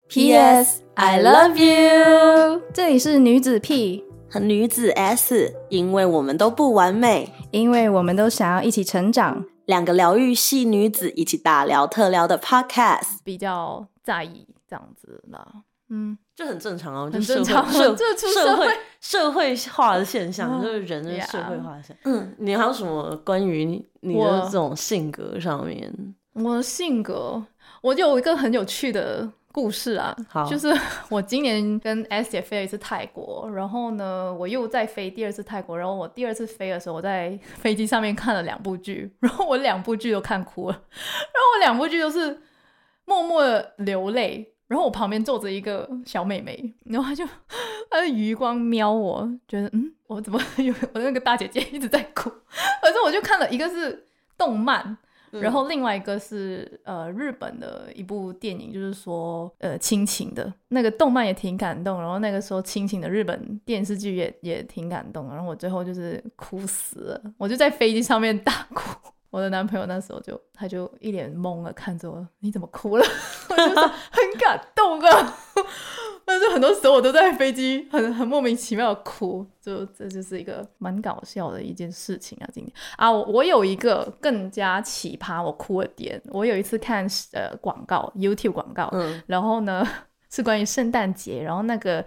P.S. I love you。 这里是女子 P 和女子 S， 因为我们都不完美， 因为我们都想要一起成长， 两个疗愈系女子一起大聊特聊的 podcast， 比较在意这样子啦。 就很正常啊， 很正常， 社会化的现象，就是人的社会化的现象。你还有什么关于你的这种性格上面？ 我的性格，我就有一个很有趣的故事啊，就是我今年跟 S 姐飞了一次泰国，然后呢我又再飞第二次泰国，然后我第二次飞的时候我在飞机上面看了2部剧，然后我2部剧都看哭了，然后我2部剧都是默默的流泪，然后我旁边坐着一个小妹妹，然后她的余光瞄我，觉得我怎么有我那个大姐姐一直在哭，可是我就看了一个是动漫，然后另外一个是日本的一部电影，就是说亲情的那个动漫也挺感动，然后那个时候亲情的日本电视剧也挺感动，然后我最后就是哭死了，我就在飞机上面大哭。我的男朋友那时候他就一脸懵了看着我，你怎么哭了？我就说很感动啊。但是很多时候我都在飞机很莫名其妙的哭，这就是一个蛮搞笑的一件事情啊。今天啊，我有一个更加奇葩我哭的点，我有一次看广告 YouTube 广告，然后呢是关于圣诞节，然后那个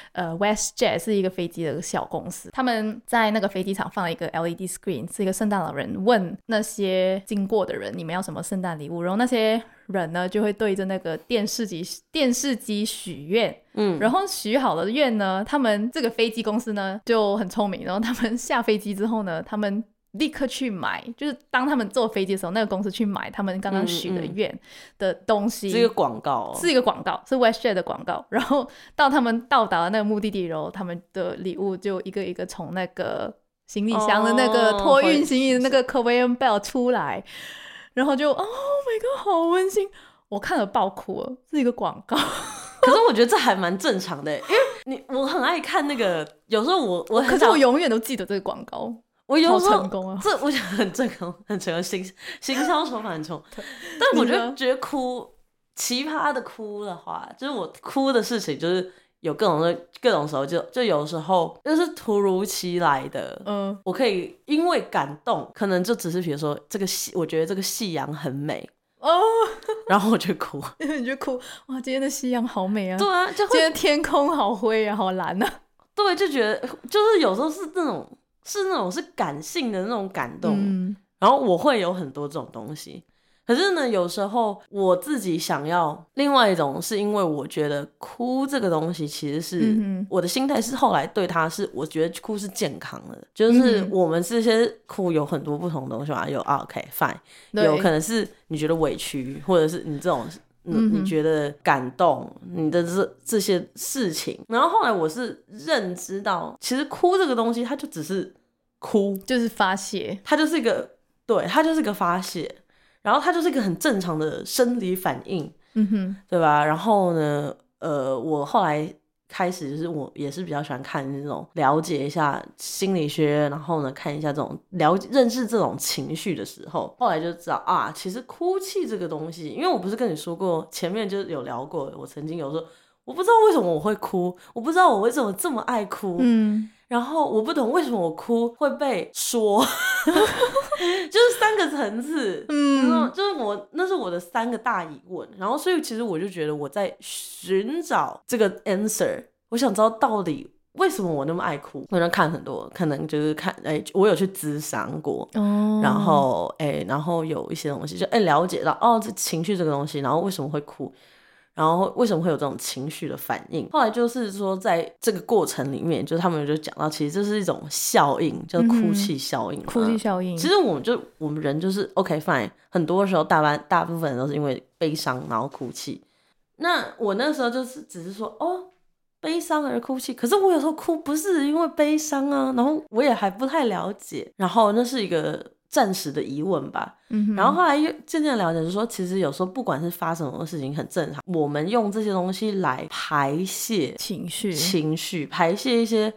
WestJet 是一个飞机的小公司，他们在那个飞机场放了一个 LED screen， 是一个圣诞老人问那些经过的人你们要什么圣诞礼物，然后那些人呢就会对着那个电视机许愿，然后许好了愿呢，他们这个飞机公司呢就很聪明，然后他们下飞机之后呢，他们立刻去买，就是当他们坐飞机的时候，那个公司去买他们刚刚许的愿的东西， 是一个广告是一个广告，是 WestJet 的广告，然后到他们到达了那个目的地，然后他们的礼物就一个一个从那个行李箱的那个托运行李的那个 conveyor belt 出来，然后就 Oh my god 好温馨，我看了爆哭了，是一个广告。 可是我觉得这还蛮正常的，因为我很爱看那个，有时候我很可是我永远都记得这个广告， 我有时候好成功啊！ 这我觉得很成功，行销手法很成功。但我觉得哭奇葩的哭的话，就是我哭的事情，就是有各种时候，就有时候就是突如其来的，我可以因为感动，可能就只是比如说我觉得这个夕阳很美。然后我就哭。 你就哭，哇，今天的夕阳好美啊！ 对啊， 今天天空好灰啊，好蓝啊！ 对，就觉得就是有时候是那种是感性的那种感动，然后我会有很多这种东西。可是呢，有时候我自己想要另外一种，是因为我觉得哭这个东西其实是我的心态是后来对它是我觉得哭是健康的，就是我们这些哭有很多不同的东西嘛，有OK fine， 有可能是你觉得委屈，或者是你这种你觉得感动，你的这些事情，然后后来我是认知到，其实哭这个东西它就只是哭， 就是发泄， 它就是一个发泄。然后它就是一个很正常的生理反应，对吧？然后呢，我后来开始就是我也是比较喜欢看那种了解一下心理学，然后呢看一下这种认识这种情绪的时候，后来就知道啊，其实哭泣这个东西，因为我不是跟你说过，前面就有聊过，我曾经有说我不知道为什么我会哭，我不知道我为什么这么爱哭，然后我不懂为什么我哭会被说就是3个层次，就是那是我的3个大疑问，然后所以其实我就觉得我在寻找这个 answer， 我想知道到底为什么我那么爱哭。我就看很多，可能就是看我有去咨商过，然后有一些东西就了解到这情绪这个东西，然后为什么会哭，然后为什么会有这种情绪的反应。后来就是说在这个过程里面，就是他们就讲到其实这是一种效应，叫哭泣效应。 哭泣效应其实我们人就是 OK fine， 很多时候大部分人都是因为悲伤然后哭泣。那我那时候就是只是说悲伤而哭泣，可是我有时候哭不是因为悲伤啊，然后我也还不太了解，然后那是一个暂时的疑问吧，然后后来渐渐了解，就是说其实有时候不管是发生什么事情很正常，我们用这些东西来排泄情绪，排泄一些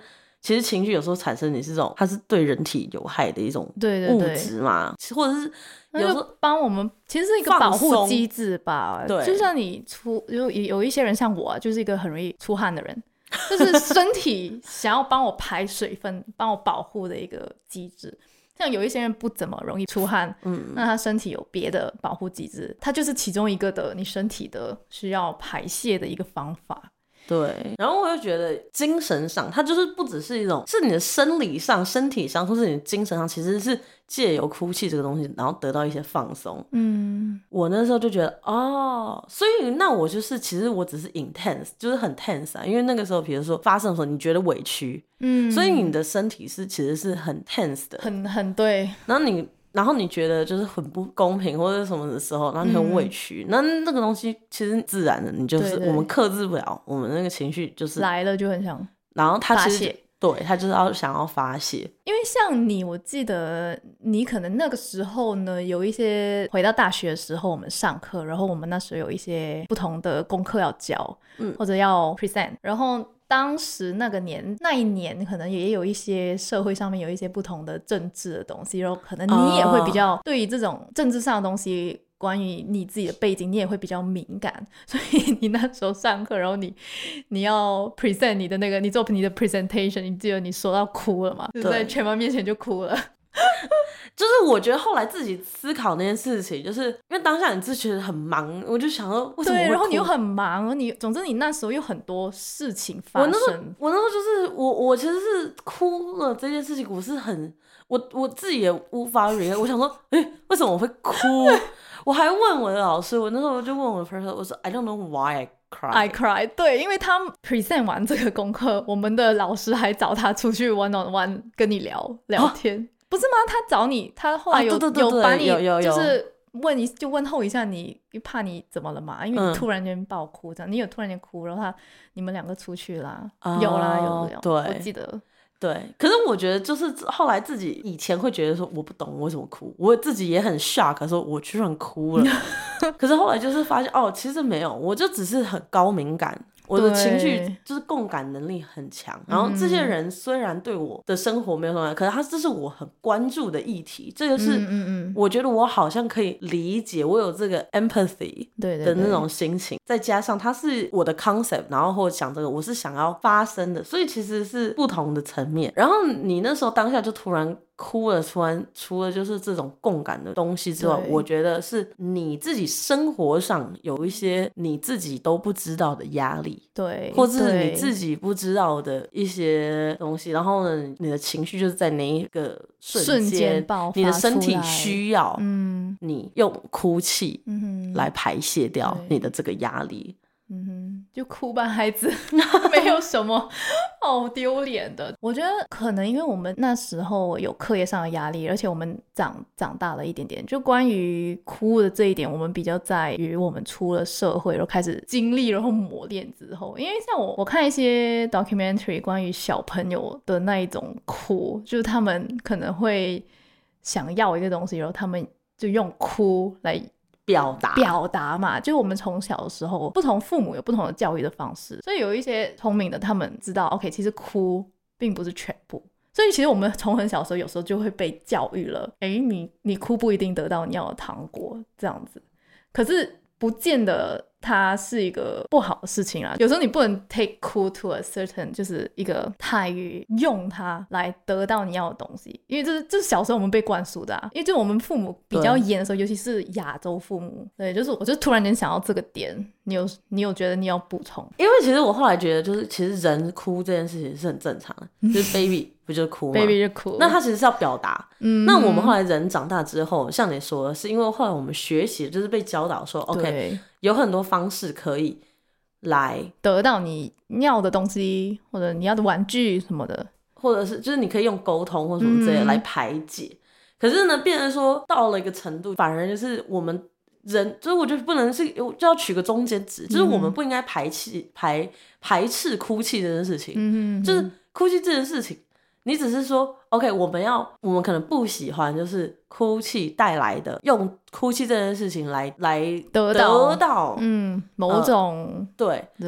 其实情绪有时候产生你是这种，它是对人体有害的一种物质嘛，或者是有时候帮我们，其实是一个保护机制吧。 对， 就像你有一些人像我就是一个很容易出汗的人，就是身体想要帮我排水分，帮我保护的一个机制。像有一些人不怎么容易出汗，那他身体有别的保护机制，它就是其中一个的你身体的需要排泄的一个方法。 对，然后我就觉得精神上它就是不只是一种，是你的生理上身体上或是你的精神上，其实是借由哭泣这个东西然后得到一些放松。我那时候就觉得所以那我就是其实我只是 intense 就是很 tense 啊，因为那个时候比如说发生的时候你觉得委屈，所以你的身体是其实是很 tense 的， 很对， 然后你觉得就是很不公平或者什么的时候，然后你很委屈，那个东西其实自然的，你就是我们克制不了，我们那个情绪就是来了就很想， 然后他其实对他就是想要发泄。 因为像你，我记得你可能那个时候呢，有一些回到大学的时候，我们上课，然后我们那时候有一些不同的功课要交，或者要 present， 然后当时那一年可能也有一些社会上面有一些不同的政治的东西，然后可能你也会比较对于这种政治上的东西，关于你自己的背景你也会比较敏感，所以你那时候上课然后你要 present 你的那个你做你的 presentation， 你记得你说到哭了嘛，就在全班面前就哭了。 就是我觉得后来自己思考那件事情，就是因为当下你自己觉得很忙，我就想说为什么会哭， 对，然后你又很忙，总之你那时候有很多事情发生。 我那时候就是我其实是哭了这件事情，我是很我自己也无法 react， 我想说为什么我会哭我还问我的老师，我那时候就问我的 professor， 我说 I don't know why I cry。 对，因为他 present 完这个功课，我们的老师还找他出去 one on one 跟你聊天，不是吗？他找你，他后来有把你就是问候一下你，怕你怎么了嘛？因为你突然间爆哭这样，你有突然间哭，然后你们两个出去啦，有对， 我记得。 对，可是我觉得就是后来自己以前会觉得说我不懂我为什么哭，我自己也很 shock 说我居然哭了可是后来就是发现其实没有，我就只是很高敏感，我的情绪就是共感能力很强，然后这些人虽然对我的生活没有什么，可是这是我很关注的议题，这个是我觉得我好像可以理解，我有这个 empathy 的那种心情，再加上它是我的 concept， 然后或者想这个我是想要发生的，所以其实是不同的层面。然后你那时候当下就突然哭了，除了就是这种共感的东西之外，我觉得是你自己生活上有一些你自己都不知道的压力， 对， 或者是你自己不知道的一些东西，然后呢你的情绪就是在那一个瞬间爆发， 你的身体需要你用哭泣来排泄掉你的这个压力。 就哭吧孩子没有什么好丢脸的。我觉得可能因为我们那时候有课业上的压力，而且我们长大了一点点，就关于哭的这一点我们比较在于我们出了社会然后开始经历然后磨练之后，因为像我看一些 documentary 关于小朋友的那一种哭，就是他们可能会想要一个东西，然后他们就用哭来表达嘛，就我们从小的时候不同父母有不同的教育的方式，所以有一些聪明的他们知道 OK 其实哭并不是全部，所以其实我们从很小的时候有时候就会被教育了你哭不一定得到你要的糖果这样子，可是不见得它是一个不好的事情啦，有时候你不能 take cool to a certain 就是一个态于用它来得到你要的东西，因为这是小时候我们被灌输的因为就我们父母比较严的时候，尤其是亚洲父母，对，就是我就突然间想到这个点，你有觉得你要补充？ 因为其实我后来觉得就是其实人哭这件事情是很正常的就是 baby 不就是哭吗 baby 就哭， 那他其实是要表达那我们后来人长大之后像你说的是因为后来我们学习就是被教导说 OK 有很多方式可以来得到你要的东西，或者你要的玩具什么的， 或者是就是你可以用沟通或什么之类的来排解可是呢变成说到了一个程度反而就是我们人就是我觉得不能是就要取个中间值就是我们不应该排斥哭泣这件事情就是哭泣这件事情你只是说 OK 我们可能不喜欢就是哭泣带来的用哭泣这件事情来得到某种对知道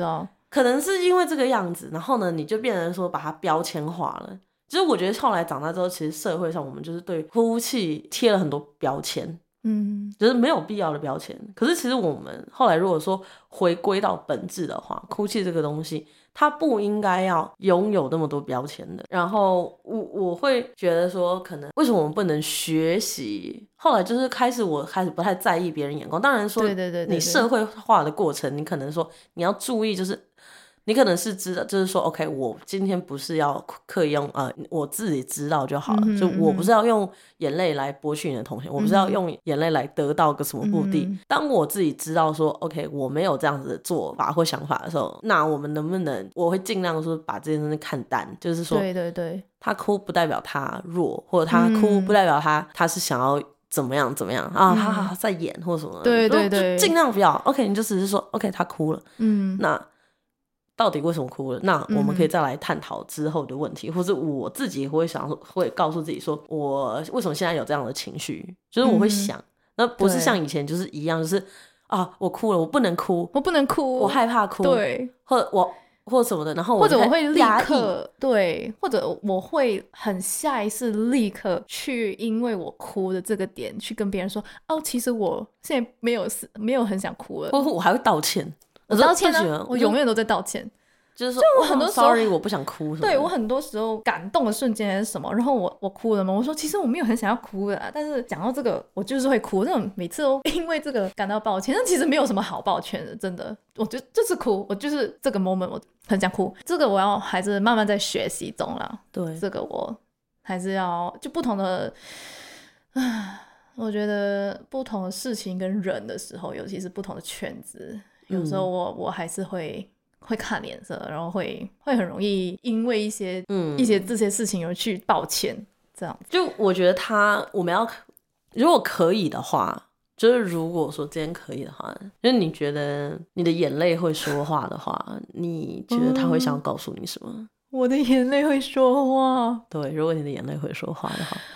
可能是因为这个样子，然后呢，你就变成说把它标签化了。就是我觉得后来长大之后，其实社会上我们就是对哭泣贴了很多标签，就是没有必要的标签。可是其实我们后来如果说回归到本质的话，哭泣这个东西它不应该要拥有那么多标签的。然后我会觉得说，可能为什么我们不能学习？后来就是我开始不太在意别人眼光。当然说，你社会化的过程，你可能说你要注意，就是你可能是知道，就是说 OK 我今天不是要刻意用我自己知道就好了，就我不是要用眼泪来剥去你的同情，我不是要用眼泪来得到个什么目的。当我自己知道说 OK 我没有这样子的做法或想法的时候，那我们能不能我会尽量说把这件事情看淡，就是说对他哭不代表他弱，或者他哭不代表他是想要怎么样啊，他在演或什么的，对，就尽量不要 OK 你就只是说 OK 他哭了，那到底为什么哭了？那我们可以再来探讨之后的问题，或者我自己会告诉自己说，我为什么现在有这样的情绪？就是我会想，那不是像以前就是一样，就是我哭了，我不能哭，我害怕哭，对，或什么的，然后或者我会立刻对，或者我会很下意识立刻去因为我哭的这个点去跟别人说，其实我现在没有很想哭了， 或我还会道歉。 我道歉啊，我永远都在道歉， 就是说， 我很多时候 sorry 我不想哭什么的， 对，我很多时候感动的瞬间是什么，然后我哭了吗？我说其实我没有很想要哭的啦，但是讲到这个我就是会哭，那种每次都因为这个感到抱歉，但其实没有什么好抱歉的，真的，我就就是哭，我就是这个 moment 我很想哭，这个我还是慢慢在学习中啦，对，这个我还是要就不同的我觉得不同的事情跟人的时候，尤其是不同的圈子，有时候我还是会看脸色，然后会很容易因为一些这些事情而去抱歉，这样子。 就我觉得我们要如果可以的话，就是如果说今天可以的话，就是你觉得你的眼泪会说话的话，你觉得他会想要告诉你什么？ 我的眼泪会说话。 对，如果你的眼泪会说话的话，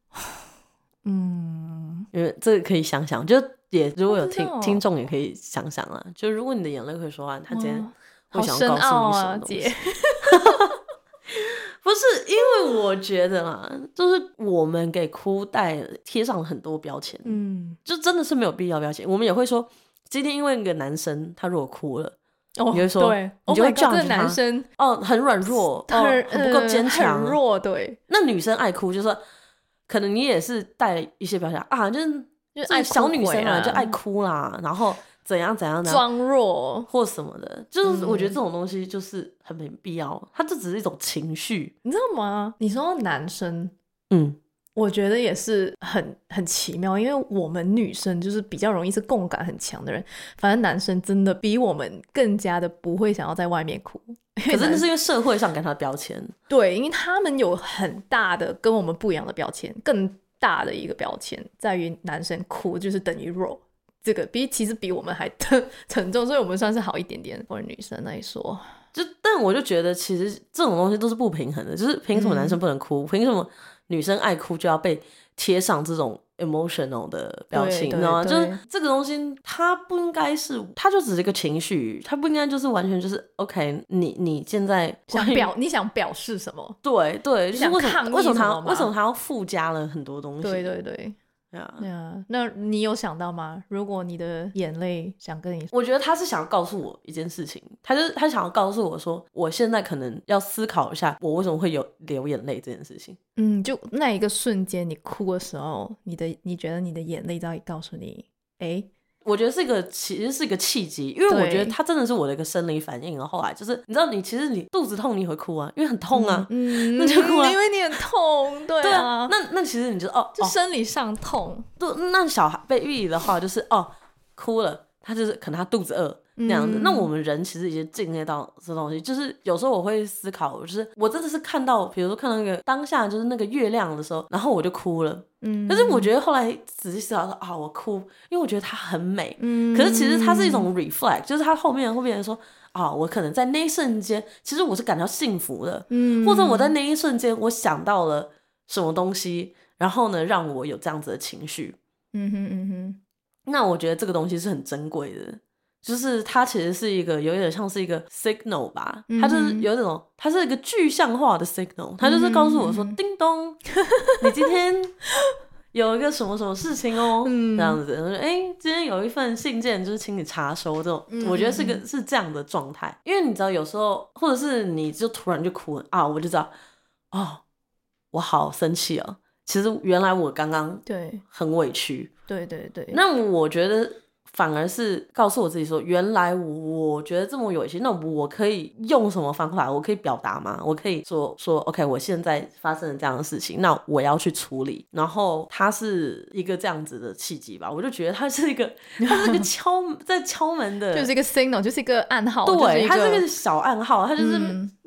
因为这个可以想想，就也如果有听众也可以想想啦，就如果你的眼泪会说话，他今天会想要告诉你什么东西？不是，因为我觉得啦，就是我们给哭贴上了很多标签，就真的是没有必要标签。我们也会说，今天因为那个男生他如果哭了，你会说，你就会这样子， 男生很软弱，很不够坚强， 很弱，对。 那女生爱哭，就是可能你也是带了一些标签就是小女生就爱哭啦，然后怎样装弱或什么的，就是我觉得这种东西就是很没必要，它这只是一种情绪， 你知道吗？你说男生，我觉得也是很奇妙，因为我们女生就是比较容易是共感很强的人，反正男生真的比我们更加的不会想要在外面哭。 可是那是因为社会上给他的标签， 对，因为他们有很大的跟我们不一样的标签，更大的一个标签在于男生哭就是等于弱，这个其实比我们还沉重，所以我们算是好一点点。或者女生来说， 但我就觉得其实这种东西都是不平衡的，就是凭什么男生不能哭，凭什么女生爱哭就要被贴上这种 emotional 的表情，你知道吗？就是这个东西它不应该是，它就只是一个情绪，它不应该就是完全就是 OK 你现在你想表示什么？ 对，就是为什么他要附加了很多东西？ 对那你有想到吗？如果你的眼泪想跟你说， 我觉得他是想要告诉我一件事情，他想要告诉我说，我现在可能要思考一下，我为什么会流眼泪这件事情。 就那一个瞬间你哭的时候，你觉得你的眼泪在告诉你， 我觉得其实是一个契机，因为我觉得它真的是我的一个生理反应。后来就是你知道其实你肚子痛你会哭啊，因为很痛啊，那就哭啊， 因为你很痛，对啊， 那其实你就就生理上痛。 对，那小孩baby的话就是哭了，他就是可能他肚子饿那样子。那我们人其实已经境界到这东西，就是有时候我会思考，就是我真的是看到，比如说看到那个当下就是那个月亮的时候，然后我就哭了。可是我觉得后来仔细思考说我哭，因为我觉得它很美。可是其实它是一种 reflect， 就是它后面会变成说我可能在那一瞬间，其实我是感到幸福的。或者我在那一瞬间我想到了什么东西，然后呢让我有这样子的情绪。那我觉得这个东西是很珍贵的。 就是它其实是一个有点像是一个 signal 吧，它就是有那种，它是一个具象化的 signal， 它就是告诉我说，叮咚，你今天有一个什么什么事情哦，这样子，今天有一份信件，就是请你查收这种，我觉得是这样的状态，因为你知道有时候，或者是你就突然就哭啊，我就知道，哦，我好生气哦，其实原来我刚刚很委屈， 对对对， 那我觉得。反而是告诉我自己说，原来我觉得这么有趣，那我可以用什么方法？我可以表达吗？我可以说 OK， 我现在发生了这样的事情，那我要去处理。然后它是一个这样子的契机吧，我就觉得它是一个在敲门的， 就是一个 signal， 就是一个暗号。 对，它是一个小暗号，它就是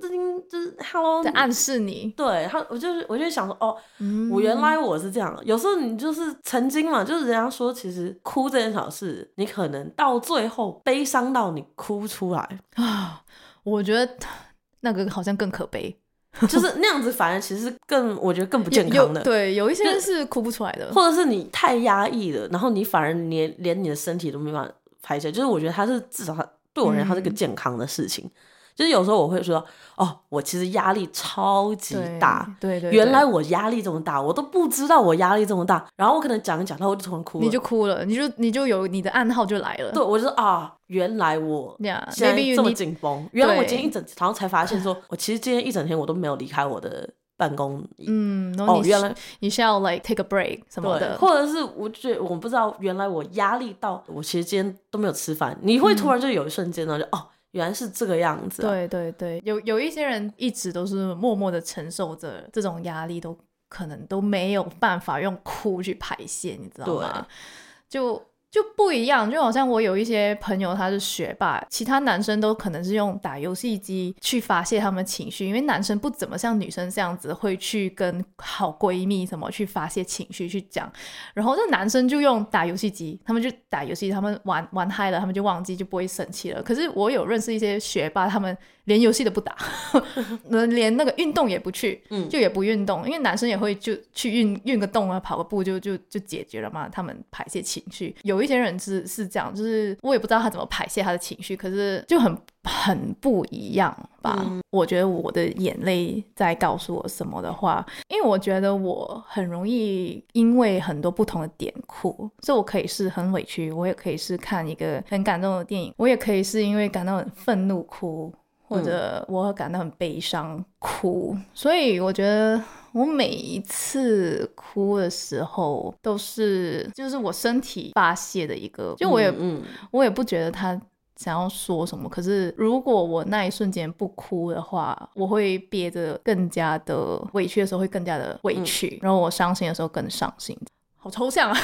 hello， 在暗示你。 对，我就想说，哦，我原来我是这样。有时候你就是曾经嘛，就是人家说，其实哭这件小事。你可能到最后悲伤到你哭出来啊，我觉得那个好像更可悲， 就是那样子，反而其实我觉得更不健康的。 对，有一些人是哭不出来的， 或者是你太压抑了，然后你反而连你的身体都没办法排解。就是我觉得它是至少对我而言，它是个健康的事情。就是有时候我会说，哦，我其实压力超级大， 对， 原来我压力这么大，我都不知道我压力这么大。然后我可能讲一讲，然后我就突然哭了， 你就哭了，你就有你的暗号就来了。 对，我就说啊，原来我现在这么紧绷，原来我今天然后才发现说，我其实今天一整天我都没有离开我的办公椅。 然后原来你需要 like take a break 什么的， 或者是我觉得我不知道，原来我压力到我其实今天都没有吃饭，你会突然就有一瞬间呢，就原来是这个样子。 对，有一些人一直都是默默的承受着这种压力，都可能都没有办法用哭去排泄，你知道吗？就不一样，就好像我有一些朋友他是学霸，其他男生都可能是用打游戏机去发泄他们情绪，因为男生不怎么像女生这样子会去跟好闺蜜什么去发泄情绪去讲，然后这男生就用打游戏机，他们就打游戏，他们玩嗨了，他们就忘记，就不会生气了。可是我有认识一些学霸，他们连游戏都不打连那个运动也不去，就也不运动，因为男生也会就去运个动啊，跑个步就解决了嘛，他们排泄情绪。有一些人是这样，就是我也不知道他怎么排泄他的情绪，可是就很不一样吧。我觉得我的眼泪在告诉我什么的话，因为我觉得我很容易因为很多不同的点哭，所以我可以是很委屈，我也可以是看一个很感动的电影，我也可以是因为感到很愤怒哭，或者我感到很悲伤哭。所以我觉得我每一次哭的时候都是就是我身体发泄的一个，就我也不觉得他想要说什么，可是如果我那一瞬间不哭的话，我会憋着更加的委屈的时候会更加的委屈，然后我伤心的时候更伤心。好抽象啊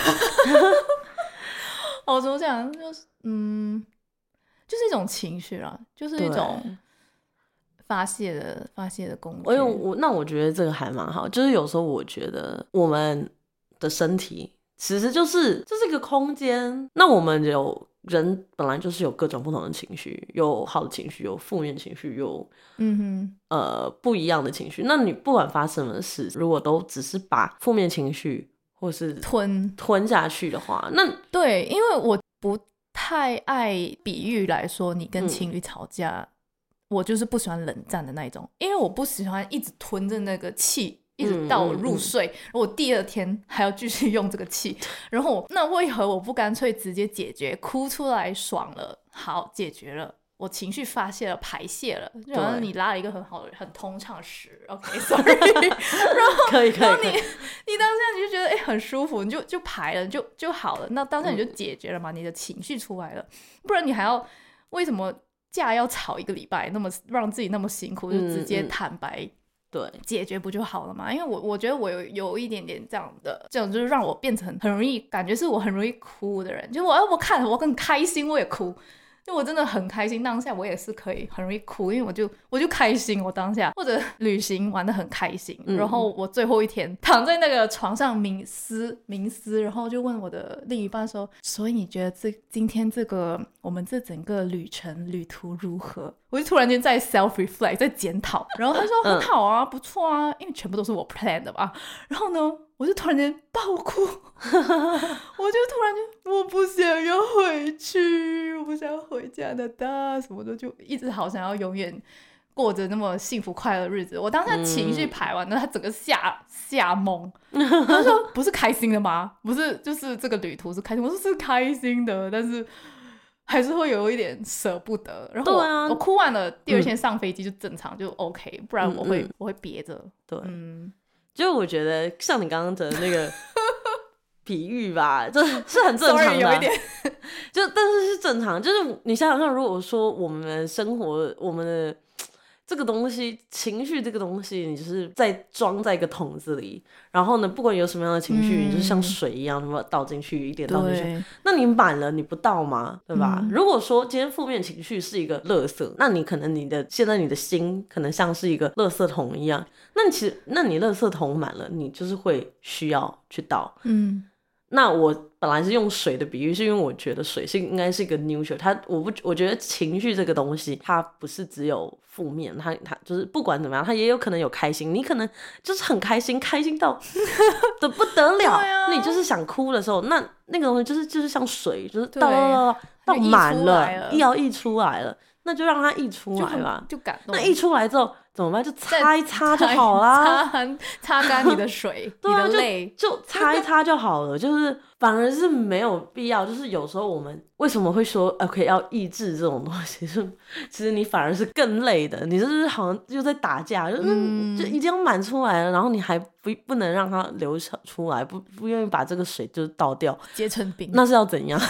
好抽象，就是就是一种情绪啦，就是一种发泄的工具。 那我觉得这个还蛮好，就是有时候我觉得我们的身体其实就是一个空间，那我们人本来就是有各种不同的情绪，有好的情绪，有负面情绪，有不一样的情绪。那你不管发生的事，如果都只是把负面情绪或是吞下去的话，那对，因为我不太爱比喻来说，你跟情侣吵架，我就是不喜欢冷战的那一种，因为我不喜欢一直吞着那个气。一直到我入睡，然后我第二天还要继续用这个气，然后那为何我不干脆直接解决，哭出来爽了，好解决了，我情绪发泄了，排泄了，就好像你拉了一个很好的很通畅屎 OK sorry 然后可以然后你当下你就觉得很舒服，你就排了就好了，那当下你就解决了嘛，你的情绪出来了，不然你还要为什么架要吵1个礼拜，那么让自己那么辛苦，就直接坦白对，解决不就好了嘛？因为我觉得我有一点点这样就是让我变成很容易感觉是我很容易哭的人，就我看我很开心我也哭，就我真的很开心，当下我也是可以很容易哭，因为我就开心，我当下或者旅行玩得很开心，然后我最后一天躺在那个床上冥思，然后就问我的另一半说，所以你觉得今天这个我们这整个旅途如何？ 我就突然间在 self reflect 在检讨，然后他说很好啊，不错啊，因为全部都是我 plan 的嘛。然后呢，我就突然间爆哭，我就突然间我不想要回去，我不想要回加拿大什么的，就一直好想要永远过着那么幸福快乐的日子。我当时情绪排完了，他整个吓懵。他说不是开心的吗？不是，就是这个旅途是开心。我说是开心的，但是还是会有一点舍不得。然后我哭完了，第二天上飞机就正常就 OK，不然我会憋着。 对，就我觉得像你刚刚的那个比喻吧，这是很正常的。 Sorry， 有一点但是正常。就是你想想看，如果说我们的生活，我们的这个东西，情绪这个东西，你就是装在一个桶子里，然后呢，不管有什么样的情绪，你就是像水一样，什么倒进去一点，倒进去。那你满了，你不倒吗？对吧？如果说今天负面情绪是一个垃圾，那你可能现在你的心可能像是一个垃圾桶一样。那你垃圾桶满了，你就是会需要去倒。那我本来是用水的比喻，是因为我觉得水应该是一个 neutral， 我觉得情绪这个东西，它不是只有负面，它就是不管怎么样，它也有可能有开心。你可能就是很开心到的不得了，你就是想哭的时候，那个东西就是像水，就是倒满了，要溢出来了，那就让它溢出来吧， 就感动。 那溢出来之后怎么办？就擦一擦就好啦， 擦干你的水，你的泪， 就擦一擦就好了。就是反而是没有必要。就是有时候我们为什么会说 OK 要抑制这种东西？其实你反而是更累的。你就是好像就在打架，就一定要满出来了，然后你还不能让它流出来，不愿意把这个水就倒掉， 结成冰， 那是要怎样？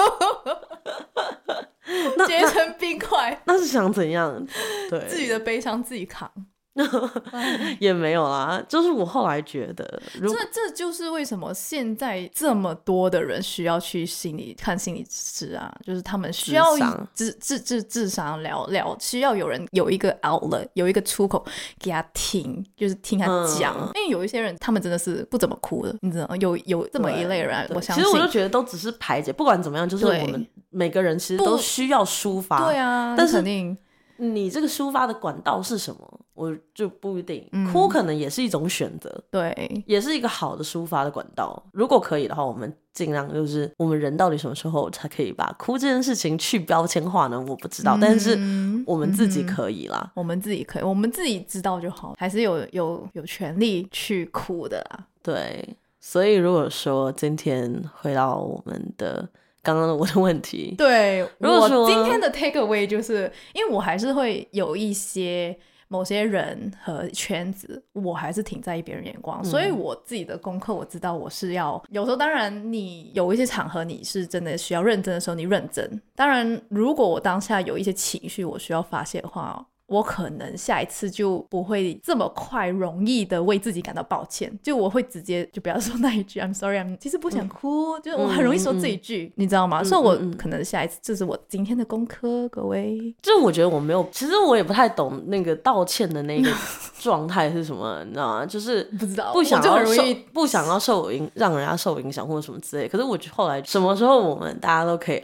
结成冰块， 那是想怎样？对， 自己的悲伤自己扛。 也没有啦，就是我后来觉得这就是为什么现在这么多的人需要去看心理师啊，就是他们需要智商聊，需要有人有一个 outlet， 有一个出口给他听，就是听他讲。因为有一些人他们真的是不怎么哭的，你知道有这么一类人，我相信。 其实我就觉得都只是排解，不管怎么样，就是我们每个人其实都需要抒发。 对啊， 但是肯定你这个抒发的管道是什么，我就不一定。哭可能也是一种选择， 对， 也是一个好的抒发的管道。如果可以的话，我们尽量就是我们人到底什么时候才可以把哭这件事情去标签化呢？我不知道，但是我们自己可以啦， 我们自己可以，我们自己知道就好，还是有权利去哭的啦。 对，所以如果说今天回到我们的刚刚我的问题， 对，我今天的 take away 就是因为我还是会有一些某些人和圈子，我还是挺在意别人眼光，所以我自己的功课我知道我是要有时候，当然你有一些场合你是真的需要认真的时候你认真，当然如果我当下有一些情绪我需要发泄的话，我可能下一次就不会这么快容易的为自己感到抱歉，就我会直接就不要说那一句 I'm sorry I'm 其实不想哭，就我很容易说这一句，你知道吗？所以我可能下一次这是我今天的功课，各位。 就我觉得我没有，其实我也不太懂那个道歉的那个状态是什么你知道吗？就是不知道， 不想要让人家受影响或者什么之类。可是我后来什么时候我们大家都可以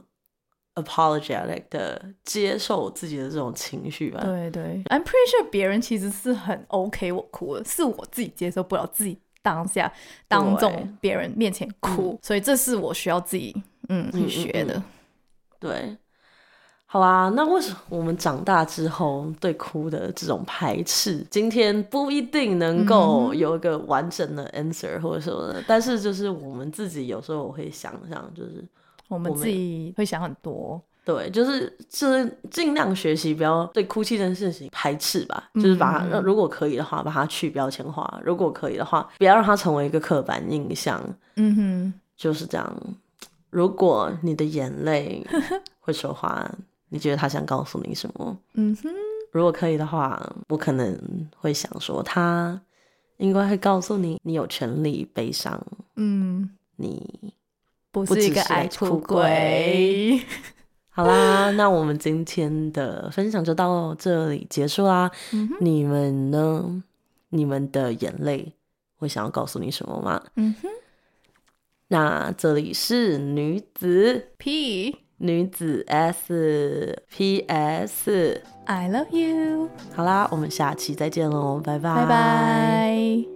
apologetic 的接受自己的这种情绪吧。 对对 I'm pretty sure 别人其实是很 OK 我哭了，是我自己接受不了自己当下当众别人面前哭，所以这是我需要自己去学的。 对，好啦，那为什么我们长大之后对哭的这种排斥，今天不一定能够有一个完整的 answer 或者什么的，但是就是我们自己有时候我会想象，就是我们自己会想很多。 对，就是尽量学习不要对哭泣这件事情排斥吧，就是把它如果可以的话把它去标签化，如果可以的话不要让它成为一个刻板印象。就是这样。如果你的眼泪会说话，你觉得他想告诉你什么？如果可以的话，我可能会想说他应该会告诉你，你有权利悲伤，你不是一个爱哭鬼。 好啦，那我们今天的分享就到这里结束啦。你们呢？你们的眼泪会想要告诉你什么吗？那这里是女子 P， 女子 S PS I love you。 好啦，我们下期再见喽，拜拜， 拜拜。